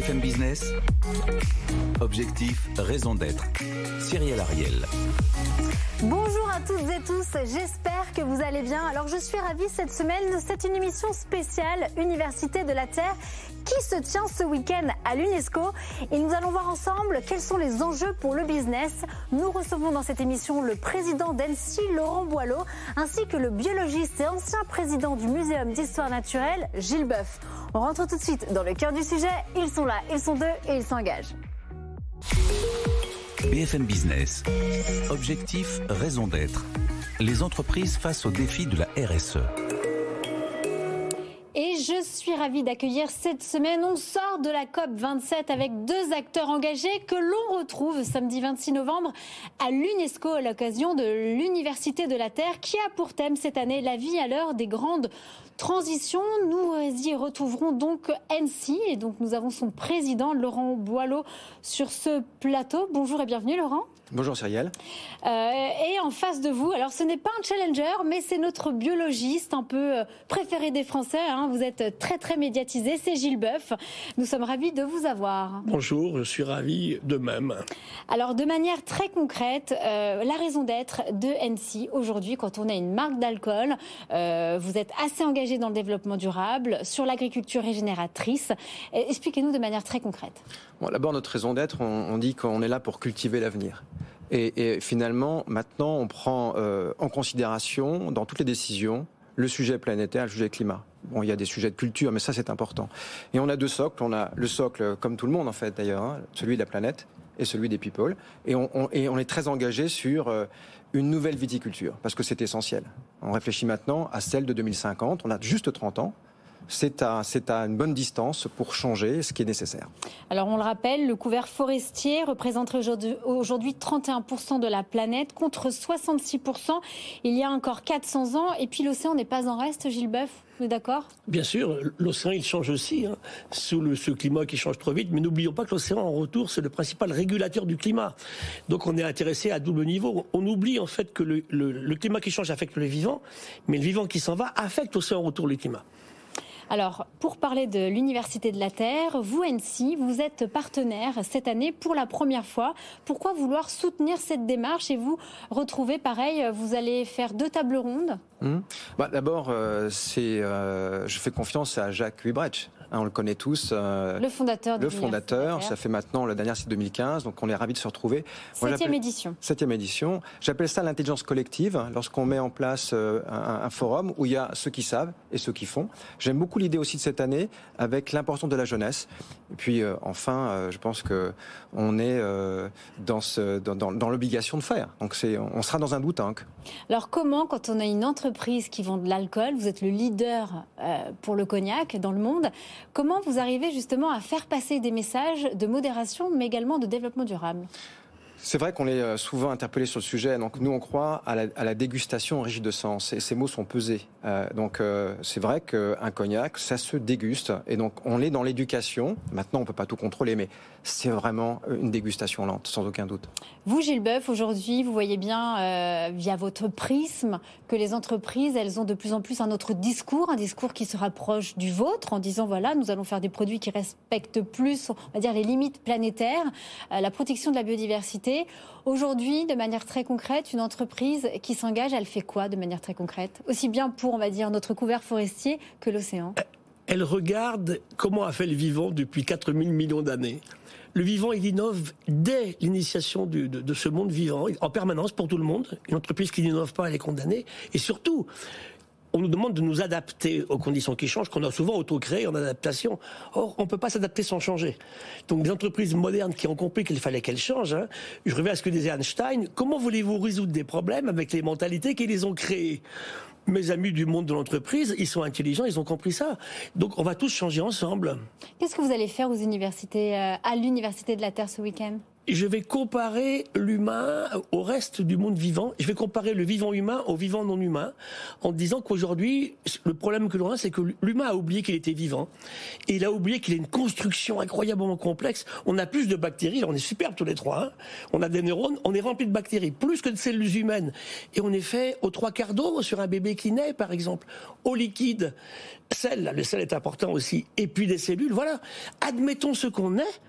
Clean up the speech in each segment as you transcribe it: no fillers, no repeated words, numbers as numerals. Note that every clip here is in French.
BFM Business, objectif, raison d'être. Cyril Ariel. Bonjour à toutes et tous, j'espère que vous allez bien. Alors je suis ravie cette semaine, c'est une émission spéciale Université de la Terre qui se tient ce week-end à l'UNESCO et nous allons voir ensemble quels sont les enjeux pour le business. Nous recevons dans cette émission le président d'Annecy, Laurent Boileau, ainsi que le biologiste et ancien président du Muséum d'Histoire Naturelle, Gilles Boeuf. On rentre tout de suite dans le cœur du sujet, ils sont là, ils sont deux et ils s'engagent. BFM Business, objectif, raison d'être. Les entreprises face aux défis de la RSE. Et je suis ravie d'accueillir cette semaine, on sort de la COP27 avec deux acteurs engagés que l'on retrouve samedi 26 novembre à l'UNESCO à l'occasion de l'Université de la Terre qui a pour thème cette année la vie à l'heure des grandes transitions. Nous y retrouverons donc Annecy et donc nous avons son président Laurent Boileau sur ce plateau. Bonjour et bienvenue Laurent. Bonjour Cyrielle. Et en face de vous, alors ce n'est pas un challenger, mais c'est notre biologiste un peu préféré des Français. Hein. Vous êtes très très médiatisé, c'est Gilles Boeuf. Nous sommes ravis de vous avoir. Bonjour, je suis ravi de même. Alors de manière très concrète, la raison d'être de Annecy aujourd'hui, quand on a une marque d'alcool, vous êtes assez engagé dans le développement durable, sur l'agriculture régénératrice. Expliquez-nous de manière très concrète. Bon, d'abord, notre raison d'être, on dit qu'on est là pour cultiver l'avenir. Et finalement, maintenant, on prend en considération, dans toutes les décisions, le sujet planétaire, le sujet climat. Bon, il y a des sujets de culture, mais ça, c'est important. Et on a deux socles. On a le socle, comme tout le monde, en fait, d'ailleurs, hein, celui de la planète et celui des people. Et on est très engagé sur une nouvelle viticulture, parce que c'est essentiel. On réfléchit maintenant à celle de 2050. On a juste 30 ans. C'est à une bonne distance pour changer ce qui est nécessaire. Alors on le rappelle, le couvert forestier représenterait aujourd'hui 31% de la planète contre 66% il y a encore 400 ans. Et puis l'océan n'est pas en reste, Gilles Boeuf, vous êtes d'accord ? Bien sûr, l'océan il change aussi, hein, sous ce climat qui change trop vite. Mais n'oublions pas que l'océan en retour, c'est le principal régulateur du climat. Donc on est intéressé à double niveau. On oublie en fait que le climat qui change affecte le vivant, mais le vivant qui s'en va affecte aussi en retour le climat. Alors, pour parler de l'Université de la Terre, vous, Annecy, vous êtes partenaire cette année pour la première fois. Pourquoi vouloir soutenir cette démarche et vous retrouver, pareil, vous allez faire 2 tables rondes ? D'abord, je fais confiance à Jacques Huybrecht. On le connaît tous. Le fondateur de l'Université de la Terre. Ça fait maintenant, la dernière c'est 2015, donc on est ravis de se retrouver. 7e édition. 7e édition. J'appelle ça l'intelligence collective, lorsqu'on met en place un forum où il y a ceux qui savent et ceux qui font. J'aime beaucoup l'idée aussi de cette année, avec l'importance de la jeunesse. Et puis, enfin, je pense qu'on est dans l'obligation de faire. Donc on sera dans un do tank. Alors comment, quand on a une entreprise qui vend de l'alcool, vous êtes le leader pour le cognac dans le monde, comment vous arrivez justement à faire passer des messages de modération, mais également de développement durable ? C'est vrai qu'on est souvent interpellé sur le sujet. Donc nous, on croit à la dégustation riche de sens. Et ces mots sont pesés. Donc c'est vrai qu'un cognac, ça se déguste. Et donc on est dans l'éducation. Maintenant, on peut pas tout contrôler, mais c'est vraiment une dégustation lente, sans aucun doute. Vous, Gilles Boeuf, aujourd'hui, vous voyez bien, via votre prisme, que les entreprises, elles ont de plus en plus un autre discours, un discours qui se rapproche du vôtre, en disant, voilà, nous allons faire des produits qui respectent plus, on va dire, les limites planétaires, la protection de la biodiversité. Aujourd'hui, de manière très concrète, une entreprise qui s'engage, elle fait quoi de manière très concrète ? Aussi bien pour, on va dire, notre couvert forestier que l'océan. Elle regarde comment a fait le vivant depuis 4000 millions d'années. Le vivant, il innove dès l'initiation de ce monde vivant, en permanence pour tout le monde. Une entreprise qui n'innove pas, elle est condamnée. Et surtout, on nous demande de nous adapter aux conditions qui changent, qu'on a souvent auto-créées en adaptation. Or, on ne peut pas s'adapter sans changer. Donc, des entreprises modernes qui ont compris qu'il fallait qu'elles changent, hein, je reviens à ce que disait Einstein, comment voulez-vous résoudre des problèmes avec les mentalités qui les ont créés ? Mes amis du monde de l'entreprise, ils sont intelligents, ils ont compris ça. Donc, on va tous changer ensemble. Qu'est-ce que vous allez faire à l'Université de la Terre ce week-end ? Je vais comparer l'humain au reste du monde vivant. Je vais comparer le vivant humain au vivant non humain en disant qu'aujourd'hui, le problème que l'on a, c'est que l'humain a oublié qu'il était vivant. Et il a oublié qu'il a une construction incroyablement complexe. On a plus de bactéries, on est superbes tous les trois. Hein. On a des neurones, on est rempli de bactéries, plus que de cellules humaines. Et on est fait aux 3/4 d'eau sur un bébé déclinait, par exemple. Eau liquide, sel, le sel est important aussi, et puis des cellules, voilà. Admettons ce qu'on est.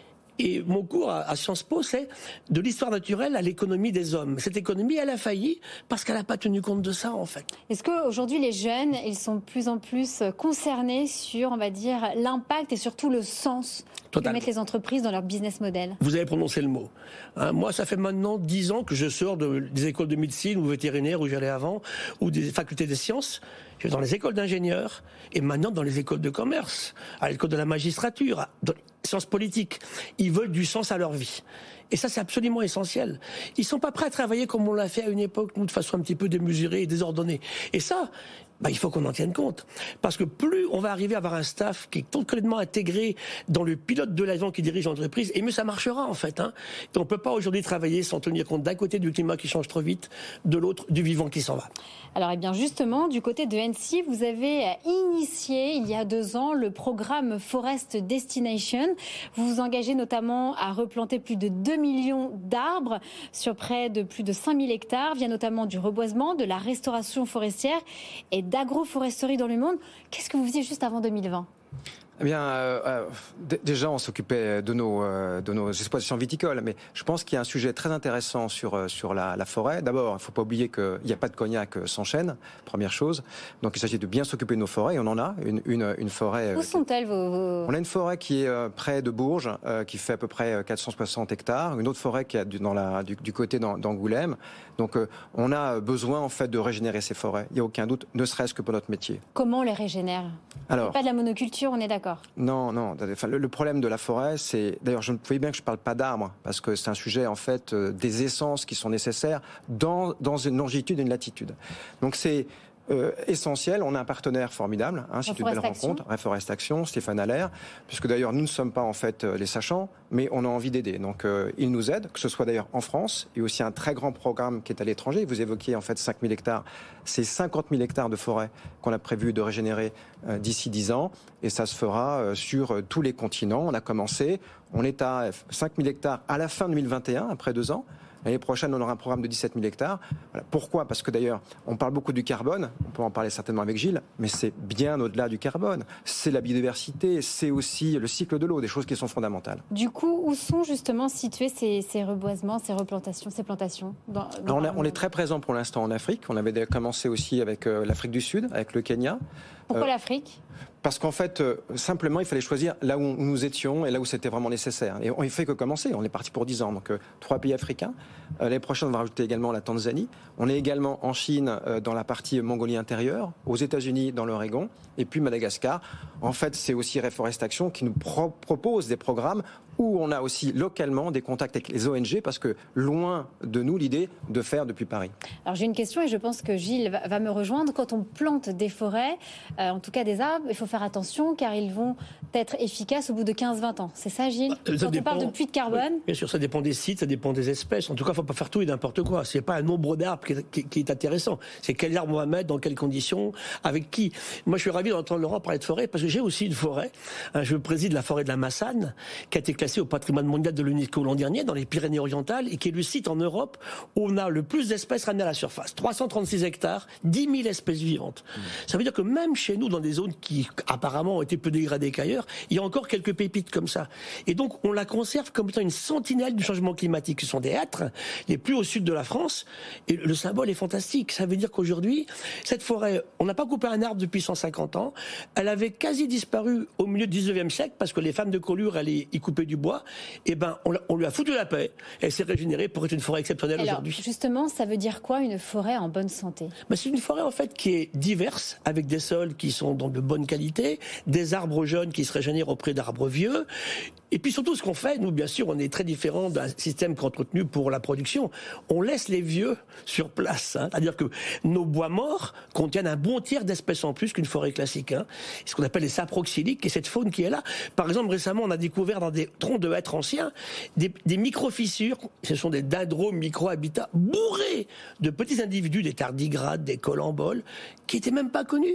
Et mon cours à Sciences Po, c'est de l'histoire naturelle à l'économie des hommes. Cette économie, elle a failli parce qu'elle n'a pas tenu compte de ça, en fait. Est-ce qu'aujourd'hui, les jeunes, ils sont de plus en plus concernés sur, on va dire, l'impact et surtout le sens que mettent les entreprises dans leur business model? Vous avez prononcé le mot. Moi, ça fait maintenant 10 ans que je sors des écoles de médecine ou vétérinaire où j'allais avant, ou des facultés des sciences. Je vais dans les écoles d'ingénieurs et maintenant dans les écoles de commerce, à l'école de la magistrature, dans les sciences politiques. Ils veulent du sens à leur vie. Et ça, c'est absolument essentiel. Ils sont pas prêts à travailler comme on l'a fait à une époque, nous, de façon un petit peu démesurée et désordonnée. Et ça, il faut qu'on en tienne compte. Parce que plus on va arriver à avoir un staff qui est complètement intégré dans le pilote de l'avion qui dirige l'entreprise, et mieux ça marchera, en fait. Et on peut pas aujourd'hui travailler sans tenir compte d'un côté du climat qui change trop vite, de l'autre du vivant qui s'en va. Alors, eh bien, justement, du côté de NC, vous avez initié, il y a 2 ans, le programme Forest Destination. Vous vous engagez notamment à replanter plus de 2 millions d'arbres sur près de plus de 5000 hectares, via notamment du reboisement, de la restauration forestière et d'agroforesterie dans le monde. Qu'est-ce que vous faisiez juste avant 2020 ? Eh bien, déjà, on s'occupait de nos exploitations viticoles, mais je pense qu'il y a un sujet très intéressant sur la forêt. D'abord, il ne faut pas oublier qu'il n'y a pas de cognac sans chêne, première chose. Donc, il s'agit de bien s'occuper de nos forêts, et on en a une forêt. Où sont-elles On a une forêt qui est près de Bourges, qui fait à peu près 460 hectares, une autre forêt qui est du côté d'Angoulême. Donc, on a besoin, en fait, de régénérer ces forêts. Il n'y a aucun doute, ne serait-ce que pour notre métier. Comment on les régénère ? Alors, pas de la monoculture, on est d'accord. Non. Enfin, le problème de la forêt, c'est... D'ailleurs, vous voyez bien que je ne parle pas d'arbres, parce que c'est un sujet, en fait, des essences qui sont nécessaires dans une longitude et une latitude. Donc, c'est essentiel. On a un partenaire formidable, c'est une belle rencontre, Reforest Action, Stéphane Allaire, puisque d'ailleurs, nous ne sommes pas, en fait, les sachants, mais on a envie d'aider. Donc, il nous aide, que ce soit d'ailleurs en France, et aussi un très grand programme qui est à l'étranger. Vous évoquiez, en fait, 5000 hectares. C'est 50 000 hectares de forêt qu'on a prévu de régénérer d'ici 10 ans, et ça se fera sur tous les continents. On a commencé, on est à 5000 hectares à la fin 2021, après 2 ans. L'année prochaine, on aura un programme de 17 000 hectares. Voilà. Pourquoi ? Parce que d'ailleurs, on parle beaucoup du carbone, on peut en parler certainement avec Gilles, mais c'est bien au-delà du carbone. C'est la biodiversité, c'est aussi le cycle de l'eau, des choses qui sont fondamentales. Du coup, où sont justement situés ces reboisements, ces replantations, ces plantations on est très présent pour l'instant en Afrique. On avait commencé aussi avec l'Afrique du Sud, avec le Kenya. Pourquoi l'Afrique ? Parce qu'en fait, simplement, il fallait choisir là où nous étions et là où c'était vraiment nécessaire. Et on ne fait que commencer. On est parti pour 10 ans. Donc, 3 pays africains. L'année prochaine, on va rajouter également la Tanzanie. On est également en Chine, dans la partie Mongolie intérieure, aux États-Unis, dans l'Oregon, et puis Madagascar. En fait, c'est aussi Reforest Action qui nous propose des programmes où on a aussi localement des contacts avec les ONG, parce que loin de nous l'idée de faire depuis Paris. Alors j'ai une question et je pense que Gilles va me rejoindre. Quand on plante des forêts, en tout cas des arbres, il faut faire attention car ils vont être efficaces au bout de 15-20 ans. C'est ça, Gilles ? Quand on parle de puits de carbone ? Oui, bien sûr, ça dépend des sites, ça dépend des espèces. En tout cas, il ne faut pas faire tout et n'importe quoi. Ce n'est pas un nombre d'arbres qui est intéressant. C'est quel arbre on va mettre, dans quelles conditions, avec qui. Moi, je suis ravi d'entendre Laurent parler de forêt parce que j'ai aussi une forêt. Je préside la forêt de la Massane, qui a été classée au patrimoine mondial de l'UNESCO l'an dernier, dans les Pyrénées-Orientales, et qui est le site en Europe où on a le plus d'espèces ramenées à la surface. 336 hectares, 10 000 espèces vivantes. Ça veut dire que même chez nous, dans des zones qui apparemment ont été peu dégradées qu'ailleurs, il y a encore quelques pépites comme ça. Et donc, on la conserve comme étant une sentinelle du changement climatique. Ce sont des hêtres les plus au sud de la France, et le symbole est fantastique. Ça veut dire qu'aujourd'hui, cette forêt, on n'a pas coupé un arbre depuis 150 ans, elle avait quasi disparu au milieu du 19e siècle, parce que les femmes de Collioure allaient y couper du bois. Eh ben, on lui a foutu la paix. Elle s'est régénérée pour être une forêt exceptionnelle aujourd'hui. Justement, ça veut dire quoi, une forêt en bonne santé ? C'est une forêt, en fait, qui est diverse, avec des sols qui sont de bonne qualité, des arbres jeunes qui se régénèrent auprès d'arbres vieux. Et puis surtout, ce qu'on fait, nous, bien sûr, on est très différent d'un système qu'entretenu pour la production. On laisse les vieux sur place. C'est-à-dire que nos bois morts contiennent un bon tiers d'espèces en plus qu'une forêt classique. Ce qu'on appelle les saproxyliques, et cette faune qui est là. Par exemple, récemment, on a découvert dans des troncs de hêtres anciens des micro-fissures. Ce sont des dendromes micro-habitats bourrés de petits individus, des tardigrades, des colamboles, qui n'étaient même pas connus, qu'on va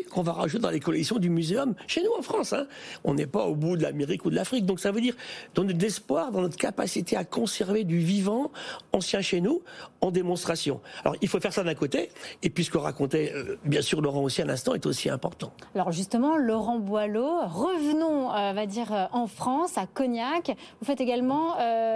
rajouter dans les collections du muséum, chez nous en France. Hein. On n'est pas au bout de l'Amérique ou de l'Afrique. Donc ça veut dire, dans notre espoir, dans notre capacité à conserver du vivant ancien chez nous, en démonstration. Alors il faut faire ça d'un côté, et puis ce que racontait bien sûr Laurent aussi à l'instant est aussi important. Alors justement, Laurent Boileau, revenons, on va dire, en France, à Cognac. Vous faites également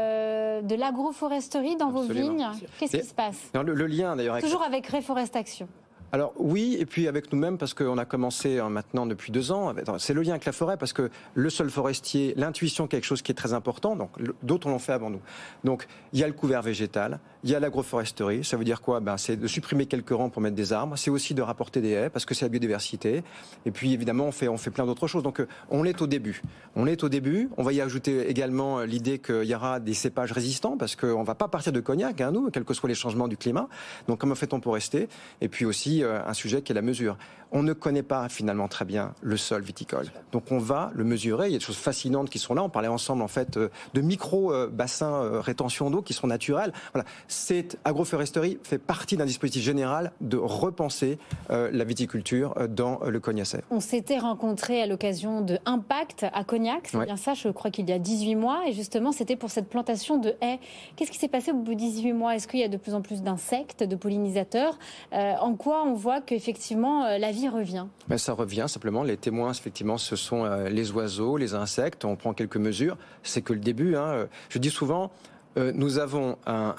de l'agroforesterie dans vos vignes. Qu'est-ce qui se passe? Le lien d'ailleurs toujours avec Reforest Action. Alors oui, et puis avec nous-mêmes, parce qu'on a commencé maintenant depuis 2 ans, c'est le lien avec la forêt, parce que le sol forestier, l'intuition, quelque chose qui est très important, donc d'autres l'ont fait avant nous. Donc il y a le couvert végétal, il y a l'agroforesterie, ça veut dire quoi? C'est de supprimer quelques rangs pour mettre des arbres, c'est aussi de rapporter des haies, parce que c'est la biodiversité, et puis évidemment on fait plein d'autres choses, donc on est au début. On va y ajouter également l'idée qu'il y aura des cépages résistants, parce qu'on ne va pas partir de Cognac, hein, nous, quels que soient les changements du climat, donc comment fait-on pour rester? Et puis aussi un sujet qui est la mesure. On ne connaît pas finalement très bien le sol viticole. Donc on va le mesurer. Il y a des choses fascinantes qui sont là. On parlait ensemble en fait de micro-bassins rétention d'eau qui sont naturels. Voilà. Cette agroforesterie fait partie d'un dispositif général de repenser la viticulture dans le Cognacais. On s'était rencontrés à l'occasion de Impact à Cognac, c'est bien ça, je crois qu'il y a 18 mois. Et justement, c'était pour cette plantation de haies. Qu'est-ce qui s'est passé au bout de 18 mois? Est-ce qu'il y a de plus en plus d'insectes, de pollinisateurs? En quoi on voit qu'effectivement la vie revient? Ça revient simplement. Les témoins, effectivement, ce sont les oiseaux, les insectes. On prend quelques mesures. C'est que le début. Hein. Je dis souvent, nous avons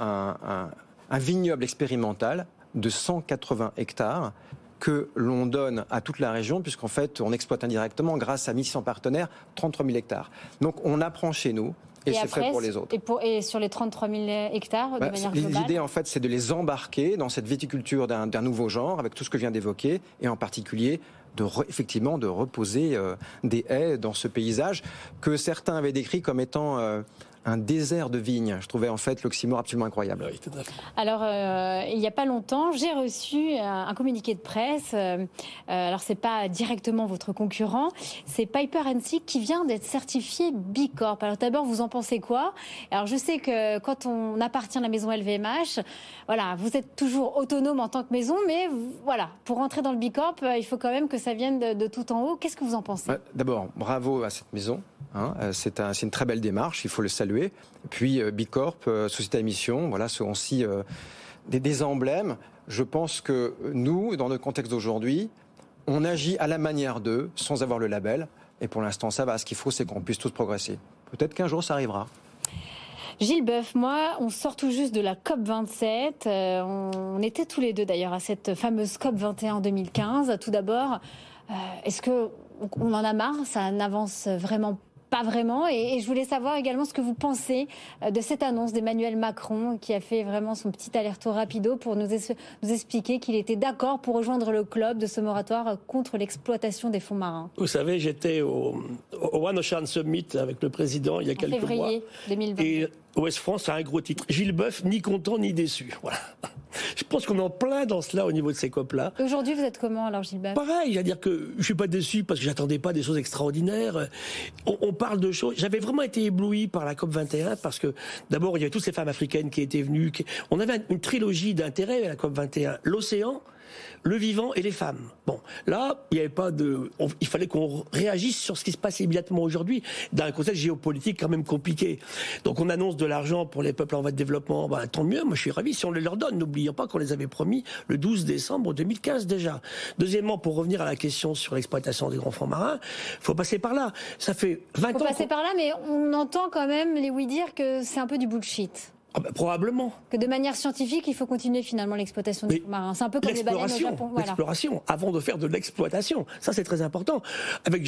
un vignoble expérimental de 180 hectares que l'on donne à toute la région, puisqu'en fait, on exploite indirectement, grâce à 1100 partenaires, 33 000 hectares. Donc, on apprend chez nous. Et c'est fait pour les autres. Et sur les 33 000 hectares, de manière globale? L'idée, en fait, c'est de les embarquer dans cette viticulture d'un nouveau genre, avec tout ce que je viens d'évoquer, et en particulier effectivement de reposer des haies dans ce paysage que certains avaient décrit comme étant un désert de vignes. Je trouvais en fait l'oxymore absolument incroyable. Oui, tout à fait. Alors, il n'y a pas longtemps, j'ai reçu un communiqué de presse. Alors, c'est pas directement votre concurrent, c'est Piper & Six qui vient d'être certifié Bicorp. Alors, d'abord, vous en pensez quoi? Alors, je sais que quand on appartient à la maison LVMH, voilà, vous êtes toujours autonome en tant que maison, mais voilà, pour rentrer dans le Bicorp, il faut quand même que ça vienne de tout en haut. Qu'est-ce que vous en pensez? D'abord, bravo à cette maison. Hein, c'est une très belle démarche, il faut le saluer. Et puis Bicorp, société à mission, voilà, sont aussi des emblèmes. Je pense que nous, dans le contexte d'aujourd'hui, on agit à la manière d'eux, sans avoir le label. Et pour l'instant, ça va. Ce qu'il faut, c'est qu'on puisse tous progresser. Peut-être qu'un jour, ça arrivera. Gilles Boeuf, moi, on sort tout juste de la COP27. On était tous les deux d'ailleurs à cette fameuse COP21 en 2015. Tout d'abord, est-ce qu'on en a marre? Ça n'avance vraiment pas vraiment. Et je voulais savoir également ce que vous pensez de cette annonce d'Emmanuel Macron qui a fait vraiment son petit aller-retour rapido pour nous expliquer qu'il était d'accord pour rejoindre le club de ce moratoire contre l'exploitation des fonds marins. Vous savez, j'étais au One Ocean Summit avec le président il y a quelques mois. En février 2020. Et Ouest France a un gros titre. Gilles Boeuf, ni content ni déçu. Voilà. Je pense qu'on est en plein dans cela au niveau de ces COP-là. Aujourd'hui, vous êtes comment alors, Gilles Boeuf? Pareil, c'est-à-dire que je suis pas déçu parce que j'attendais pas des choses extraordinaires. On parle de choses. J'avais vraiment été ébloui par la COP 21 parce que d'abord il y avait toutes ces femmes africaines qui étaient venues. On avait une trilogie d'intérêt à la COP 21. L'océan, le vivant et les femmes. Bon, là, il n'y avait pas il fallait qu'on réagisse sur ce qui se passe immédiatement aujourd'hui, dans un contexte géopolitique quand même compliqué. Donc on annonce de l'argent pour les peuples en voie de développement, tant mieux, moi je suis ravi si on le leur donne. N'oublions pas qu'on les avait promis le 12 décembre 2015 déjà. Deuxièmement, pour revenir à la question sur l'exploitation des grands fonds marins, il faut passer par là. Ça fait 20 ans... Il faut passer par là, mais on entend quand même les oui-dire que c'est un peu du bullshit. Probablement. Que de manière scientifique, il faut continuer finalement l'exploitation des fonds marins. C'est un peu comme les baleines au Japon. Voilà. L'exploration, avant de faire de l'exploitation. Ça, c'est très important. Avec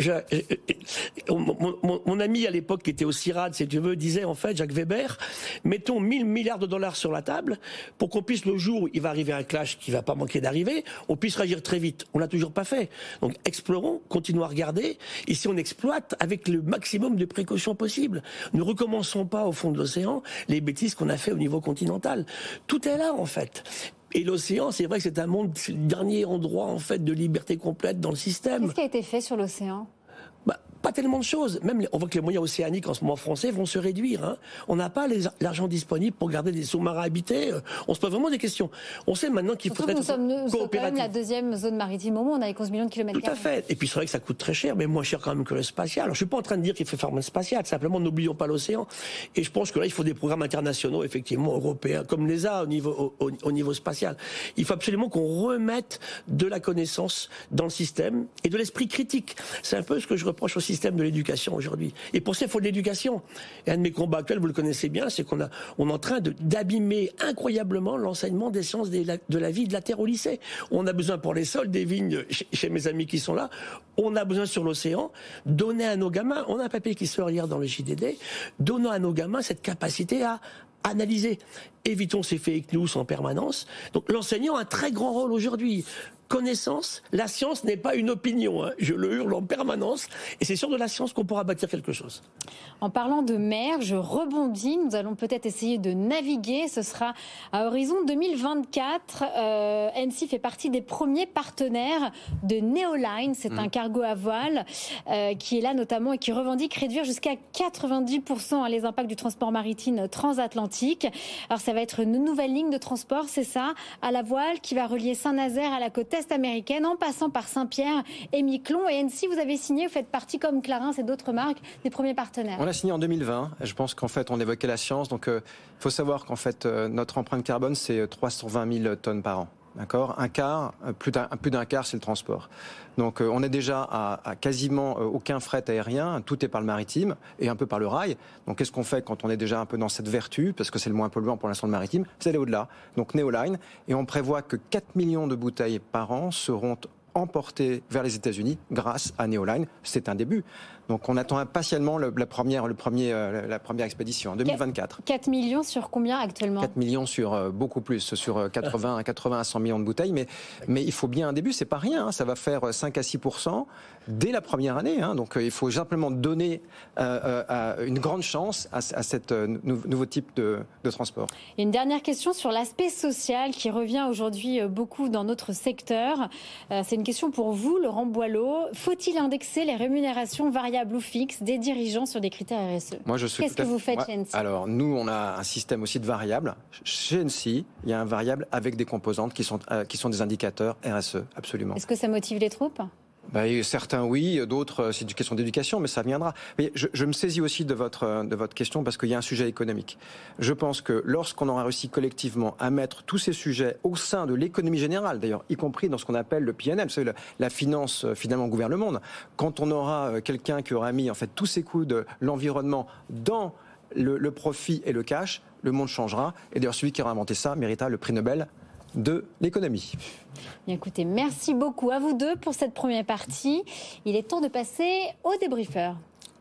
mon ami à l'époque qui était au CIRAD, si tu veux, disait en fait, Jacques Weber, mettons 1000 milliards de dollars sur la table pour qu'on puisse, le jour où il va arriver un clash qui va pas manquer d'arriver, on puisse réagir très vite. On l'a toujours pas fait. Donc, explorons, continuons à regarder. Et si on exploite avec le maximum de précautions possibles, ne recommençons pas au fond de l'océan les bêtises qu'on a fait au niveau continental. Tout est là, en fait. Et l'océan, c'est vrai que c'est un monde, c'est le dernier endroit, en fait, de liberté complète dans le système. Qu'est-ce qui a été fait sur l'océan ? pas tellement de choses. Même, on voit que les moyens océaniques en ce moment français vont se réduire. Hein. On n'a pas l'argent disponible pour garder des sous-marins habités. On se pose vraiment des questions. On sait maintenant qu'il faudrait être coopératif. Nous sommes quand même la deuxième zone maritime au monde, avec 11 millions de kilomètres carrés. Tout à fait. Et puis c'est vrai que ça coûte très cher, mais moins cher quand même que le spatial. Alors je suis pas en train de dire qu'il faut faire le spatial. Simplement, n'oublions pas l'océan. Et je pense que là, il faut des programmes internationaux, effectivement, européens, comme l'ESA au niveau spatial. Il faut absolument qu'on remette de la connaissance dans le système et de l'esprit critique. C'est un peu ce que je reproche au système de l'éducation aujourd'hui. Et pour ça, il faut de l'éducation. Et un de mes combats actuels, vous le connaissez bien, c'est qu'on est en train d'abîmer incroyablement l'enseignement des sciences de la vie de la Terre au lycée. On a besoin pour les sols des vignes, chez mes amis qui sont là, on a besoin sur l'océan, donner à nos gamins, on a un papier qui sort hier dans le JDD, donnant à nos gamins cette capacité à analyser. Évitons ces fake news en permanence. Donc l'enseignant a un très grand rôle aujourd'hui. Connaissance, la science n'est pas une opinion, hein. Je le hurle en permanence, et c'est sur de la science qu'on pourra bâtir quelque chose. En parlant de mer, je rebondis, nous allons peut-être essayer de naviguer, ce sera à horizon 2024. Annecy fait partie des premiers partenaires de Neoline, c'est un cargo à voile qui est là notamment et qui revendique réduire jusqu'à 90% les impacts du transport maritime transatlantique. Alors ça va être une nouvelle ligne de transport, c'est ça, à la voile, qui va relier Saint-Nazaire à la côte est américaine en passant par Saint-Pierre et Miquelon. Et Annecy, vous avez signé, vous faites partie comme Clarins et d'autres marques des premiers partenaires. On a signé en 2020. Je pense qu'en fait, on évoquait la science. Donc, il faut savoir qu'en fait, notre empreinte carbone, c'est 320 000 tonnes par an. D'accord, un quart, plus d'un quart, c'est le transport. Donc on est déjà à quasiment aucun fret aérien, tout est par le maritime et un peu par le rail. Donc qu'est-ce qu'on fait quand on est déjà un peu dans cette vertu, parce que c'est le moins polluant pour l'instant le maritime, c'est aller au-delà. Donc Neoline, et on prévoit que 4 millions de bouteilles par an seront emportées vers les États-Unis grâce à Neoline. C'est un début. Donc on attend impatiemment la première expédition en 2024. 4 millions sur combien actuellement ? 4 millions sur beaucoup plus, sur 80 à 100 millions de bouteilles. Mais il faut bien un début, c'est pas rien. Hein, ça va faire 5 à 6% dès la première année. Hein, donc il faut simplement donner une grande chance à cet nouveau type de transport. Et une dernière question sur l'aspect social qui revient aujourd'hui beaucoup dans notre secteur. C'est une question pour vous, Laurent Boileau. Faut-il indexer les rémunérations variables ou fixes des dirigeants sur des critères RSE ? Qu'est-ce que vous faites chez Annecy ? Alors, nous, on a un système aussi de variables. Chez Annecy, il y a un variable avec des composantes qui sont des indicateurs RSE, absolument. Est-ce que ça motive les troupes ? Certains oui, d'autres c'est une question d'éducation, mais ça viendra. Mais je me saisis aussi de votre question parce qu'il y a un sujet économique. Je pense que lorsqu'on aura réussi collectivement à mettre tous ces sujets au sein de l'économie générale, d'ailleurs, y compris dans ce qu'on appelle le PNL, c'est la finance finalement gouverne le monde. Quand on aura quelqu'un qui aura mis en fait tous ces coûts de l'environnement dans le profit et le cash, le monde changera. Et d'ailleurs, celui qui aura inventé ça méritera le prix Nobel de l'économie. Bien, écoutez, merci beaucoup à vous deux pour cette première partie. Il est temps de passer au débriefeur.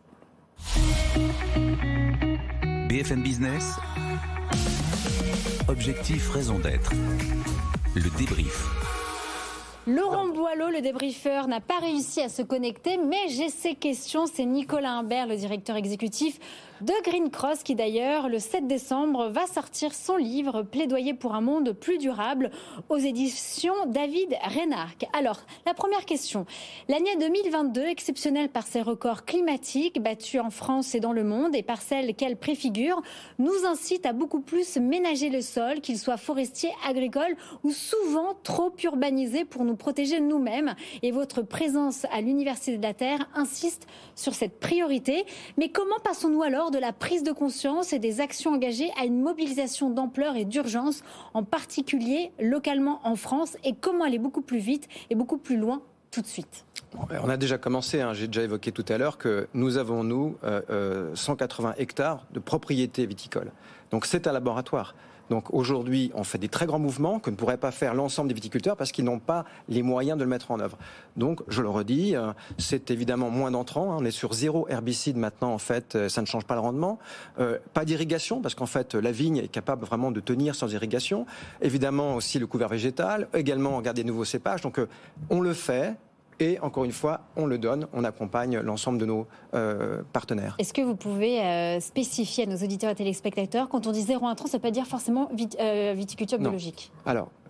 BFM Business, objectif, raison d'être. Le débrief. Laurent Boileau, le débriefeur, n'a pas réussi à se connecter, mais j'ai ses questions. C'est Nicolas Imbert, le directeur exécutif de Green Cross, qui d'ailleurs, le 7 décembre, va sortir son livre « Plaidoyer pour un monde plus durable » aux éditions David Reinhardt. Alors, la première question. L'année 2022, exceptionnelle par ses records climatiques battus en France et dans le monde et par celles qu'elle préfigure, nous incite à beaucoup plus ménager le sol, qu'il soit forestier, agricole ou souvent trop urbanisé pour nous protéger nous-mêmes. Et votre présence à l'Université de la Terre insiste sur cette priorité. Mais comment passons-nous alors de la prise de conscience et des actions engagées à une mobilisation d'ampleur et d'urgence, en particulier localement en France, et comment aller beaucoup plus vite et beaucoup plus loin tout de suite? On a déjà commencé, j'ai déjà évoqué tout à l'heure que nous avons, 180 hectares de propriété viticole. Donc c'est un laboratoire. Donc aujourd'hui, on fait des très grands mouvements que ne pourraient pas faire l'ensemble des viticulteurs parce qu'ils n'ont pas les moyens de le mettre en œuvre. Donc, je le redis, c'est évidemment moins d'entrants. On est sur 0 herbicide maintenant, en fait, ça ne change pas le rendement. Pas d'irrigation parce qu'en fait, la vigne est capable vraiment de tenir sans irrigation. Évidemment aussi le couvert végétal, également on garde des nouveaux cépages. Donc, on le fait. Et encore une fois, on le donne, on accompagne l'ensemble de nos partenaires. Est-ce que vous pouvez spécifier à nos auditeurs et téléspectateurs, quand on dit 0 intrant, ça ne veut pas dire forcément viticulture biologique? Alors,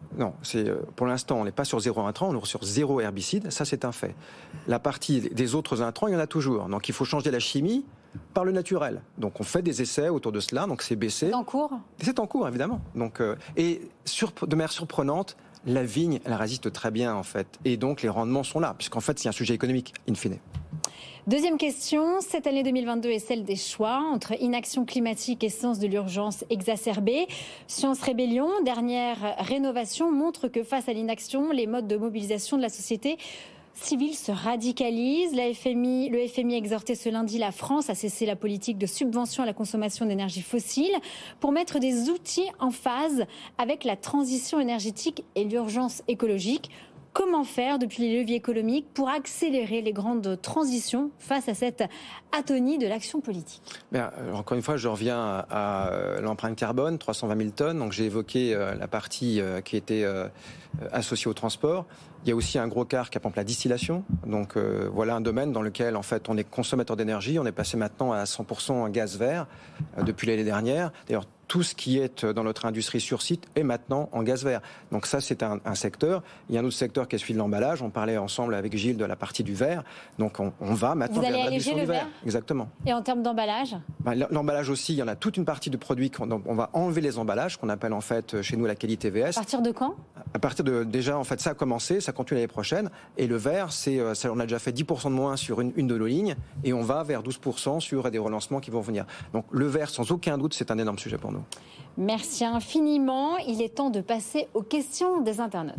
Non, pour l'instant, on n'est pas sur 0 intrant, on est sur 0 herbicide, ça c'est un fait. La partie des autres intrants, il y en a toujours. Donc il faut changer la chimie par le naturel. Donc on fait des essais autour de cela, donc c'est baissé. C'est en cours ? C'est en cours, évidemment. Donc, de manière surprenante, la vigne, elle résiste très bien, en fait. Et donc les rendements sont là, puisqu'en fait, c'est un sujet économique, in fine. Deuxième question, cette année 2022 est celle des choix entre inaction climatique et sens de l'urgence exacerbée. Science Rébellion, dernière rénovation, montre que face à l'inaction, les modes de mobilisation de la société civile se radicalisent. Le FMI exhortait ce lundi la France à cesser la politique de subvention à la consommation d'énergie fossile pour mettre des outils en phase avec la transition énergétique et l'urgence écologique. Comment faire depuis les leviers économiques pour accélérer les grandes transitions face à cette atonie de l'action politique ? Encore une fois, je reviens à l'empreinte carbone, 320 000 tonnes. Donc j'ai évoqué la partie qui était associée au transport. Il y a aussi un gros quart qui a, par exemple, la distillation. Donc voilà un domaine dans lequel en fait on est consommateur d'énergie. On est passé maintenant à 100% en gaz vert depuis l'année dernière. D'ailleurs, tout ce qui est dans notre industrie sur site est maintenant en gaz vert. Donc ça, c'est un secteur. Il y a un autre secteur qui est celui de l'emballage. On parlait ensemble avec Gilles de la partie du verre. Donc on va maintenant vers la réduction du verre. Exactement. Et en termes d'emballage ? L'emballage aussi, il y en a toute une partie de produits on va enlever les emballages, qu'on appelle en fait chez nous la qualité VS. À partir de quand ? À partir de, déjà, en fait, ça a commencé, ça continue l'année prochaine. Et le verre, on a déjà fait 10% de moins sur une de nos lignes. Et on va vers 12% sur des relancements qui vont venir. Donc le verre, sans aucun doute, c'est un énorme sujet pour nous. Merci infiniment. Il est temps de passer aux questions des internautes.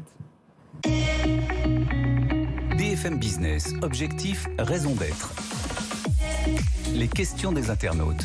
BFM Business, objectif, raison d'être. Les questions des internautes.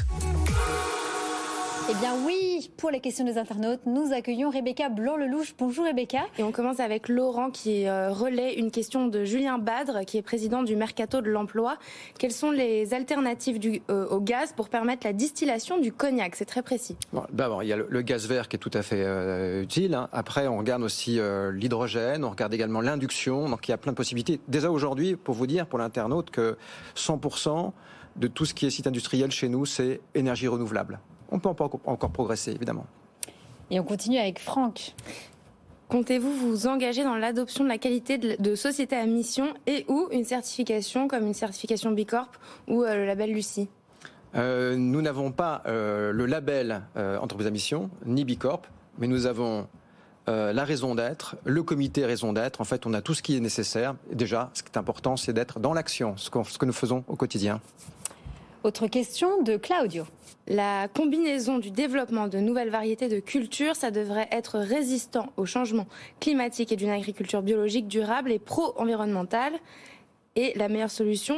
Eh bien oui, pour les questions des internautes, nous accueillons Rebecca Blanc-Lelouch. Bonjour Rebecca. Et on commence avec Laurent qui relaie une question de Julien Badre, qui est président du Mercato de l'Emploi. Quelles sont les alternatives au gaz pour permettre la distillation du cognac ? C'est très précis. D'abord, il y a le gaz vert qui est tout à fait utile. Après, on regarde aussi l'hydrogène, on regarde également l'induction. Donc il y a plein de possibilités. Déjà aujourd'hui, pour vous dire, pour l'internaute, que 100% de tout ce qui est site industriel chez nous, c'est énergie renouvelable. On peut encore progresser, évidemment. Et on continue avec Franck. Comptez-vous vous engager dans l'adoption de la qualité de société à mission et ou une certification comme une certification B Corp ou le label Lucie ? Nous n'avons pas le label entreprise à mission, ni B Corp, mais nous avons la raison d'être, le comité raison d'être. En fait, on a tout ce qui est nécessaire. Déjà, ce qui est important, c'est d'être dans l'action, ce que nous faisons au quotidien. Autre question de Claudio. La combinaison du développement de nouvelles variétés de cultures, ça devrait être résistant au changement climatique et d'une agriculture biologique durable et pro-environnementale. Et est-elle la meilleure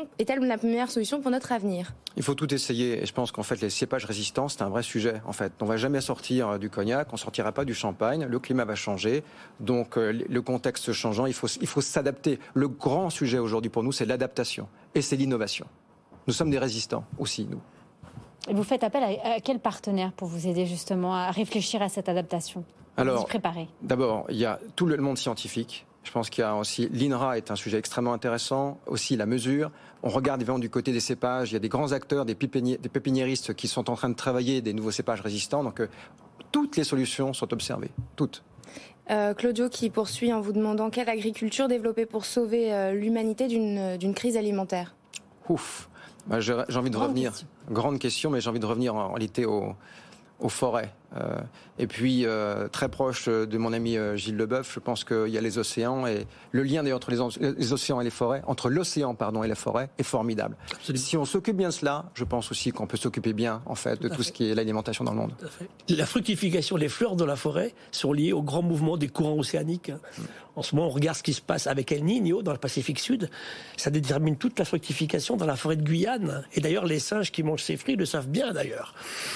solution pour notre avenir ? Il faut tout essayer. Et je pense qu'en fait, les cépages résistants, c'est un vrai sujet. En fait, on ne va jamais sortir du cognac, on ne sortira pas du champagne. Le climat va changer. Donc, le contexte changeant, il faut s'adapter. Le grand sujet aujourd'hui pour nous, c'est l'adaptation. Et c'est l'innovation. Nous sommes des résistants aussi, nous. Et vous faites appel à quel partenaire pour vous aider justement à réfléchir à cette adaptation ? Alors, vous y préparer ? D'abord, il y a tout le monde scientifique. Je pense qu'il y a aussi l'INRA est un sujet extrêmement intéressant. Aussi la mesure. On regarde évidemment du côté des cépages. Il y a des grands acteurs, des pépiniéristes qui sont en train de travailler des nouveaux cépages résistants. Donc, toutes les solutions sont observées. Toutes. Claudio qui poursuit en vous demandant quelle agriculture développer pour sauver l'humanité d'une crise alimentaire ? Ouf. J'ai envie de revenir. Grande question, mais j'ai envie de revenir en réalité aux forêts. Et puis, très proche de mon ami Gilles Leboeuf, je pense qu'il y a les océans et le lien d'ailleurs entre les océans et les forêts, entre l'océan et la forêt, est formidable. Absolument. Si on s'occupe bien de cela, je pense aussi qu'on peut s'occuper bien, en fait, de tout ce qui est l'alimentation dans le monde. Tout à fait. La fructification, les fleurs de la forêt sont liées au grand mouvement des courants océaniques. En ce moment, on regarde ce qui se passe avec El Niño dans le Pacifique Sud. Ça détermine toute la fructification dans la forêt de Guyane. Et d'ailleurs, les singes qui mangent ces fruits le savent bien, d'ailleurs.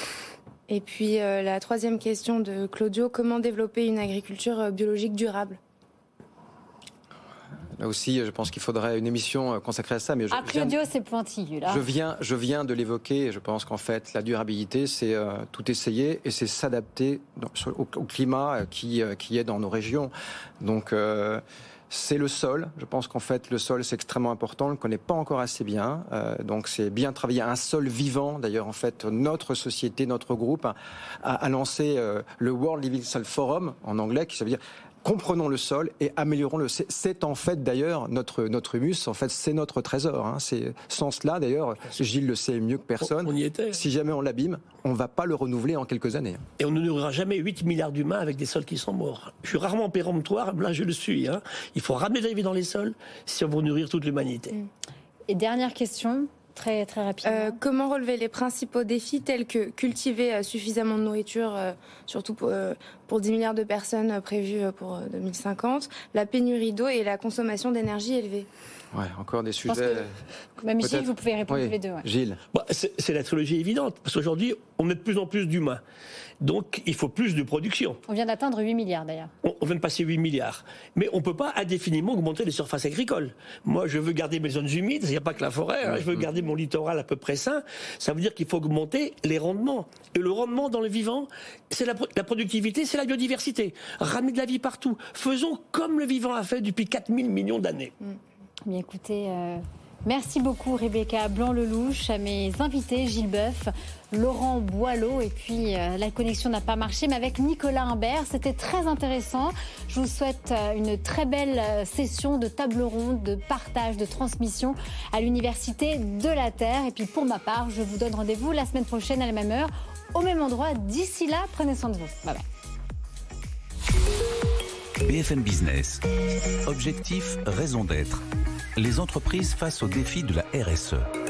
Et puis la troisième question de Claudio, comment développer une agriculture biologique durable ? Là aussi, je pense qu'il faudrait une émission consacrée à ça. Mais Claudio, c'est pointilleux, là. Je viens de l'évoquer. Je pense qu'en fait, la durabilité, c'est tout essayer et c'est s'adapter au climat qui est dans nos régions. Donc, c'est le sol. Je pense qu'en fait, le sol, c'est extrêmement important. On ne le connaît pas encore assez bien. Donc, c'est bien travailler un sol vivant. D'ailleurs, en fait, notre société, notre groupe a lancé le World Living Soil Forum, en anglais, qui ça veut dire comprenons le sol et améliorons-le. C'est en fait d'ailleurs notre humus, en fait c'est notre trésor. Hein. C'est sans cela d'ailleurs, Gilles le sait mieux que personne. On y était. Si jamais on l'abîme, on ne va pas le renouveler en quelques années. Et on ne nourrira jamais 8 milliards d'humains avec des sols qui sont morts. Je suis rarement péremptoire, là je le suis. Hein. Il faut ramener de la vie dans les sols si on veut nourrir toute l'humanité. Et dernière question. Très, très rapidement. Comment relever les principaux défis tels que cultiver suffisamment de nourriture, surtout pour 10 milliards de personnes prévues pour 2050, la pénurie d'eau et la consommation d'énergie élevée? Ouais, encore des sujets. Même Gilles, vous pouvez répondre tous les deux. Ouais. Gilles. C'est la trilogie évidente, parce qu'aujourd'hui, on est de plus en plus d'humains. Donc, il faut plus de production. On vient d'atteindre 8 milliards d'ailleurs. On vient de passer 8 milliards. Mais on ne peut pas indéfiniment augmenter les surfaces agricoles. Moi, je veux garder mes zones humides, il n'y a pas que la forêt, hein, je veux garder mon littoral à peu près sain. Ça veut dire qu'il faut augmenter les rendements. Et le rendement dans le vivant, c'est la productivité, c'est la biodiversité. Ramener de la vie partout. Faisons comme le vivant a fait depuis 4000 millions d'années. Bien écoutez, merci beaucoup Rebecca Blanc-Lelouch, à mes invités Gilles Boeuf, Laurent Boileau, et puis la connexion n'a pas marché, mais avec Nicolas Imbert, c'était très intéressant. Je vous souhaite une très belle session de table ronde, de partage, de transmission à l'Université de la Terre. Et puis pour ma part, je vous donne rendez-vous la semaine prochaine à la même heure, au même endroit. D'ici là, prenez soin de vous. Bye bye. BFM Business. Objectif, raison d'être. Les entreprises face aux défis de la RSE.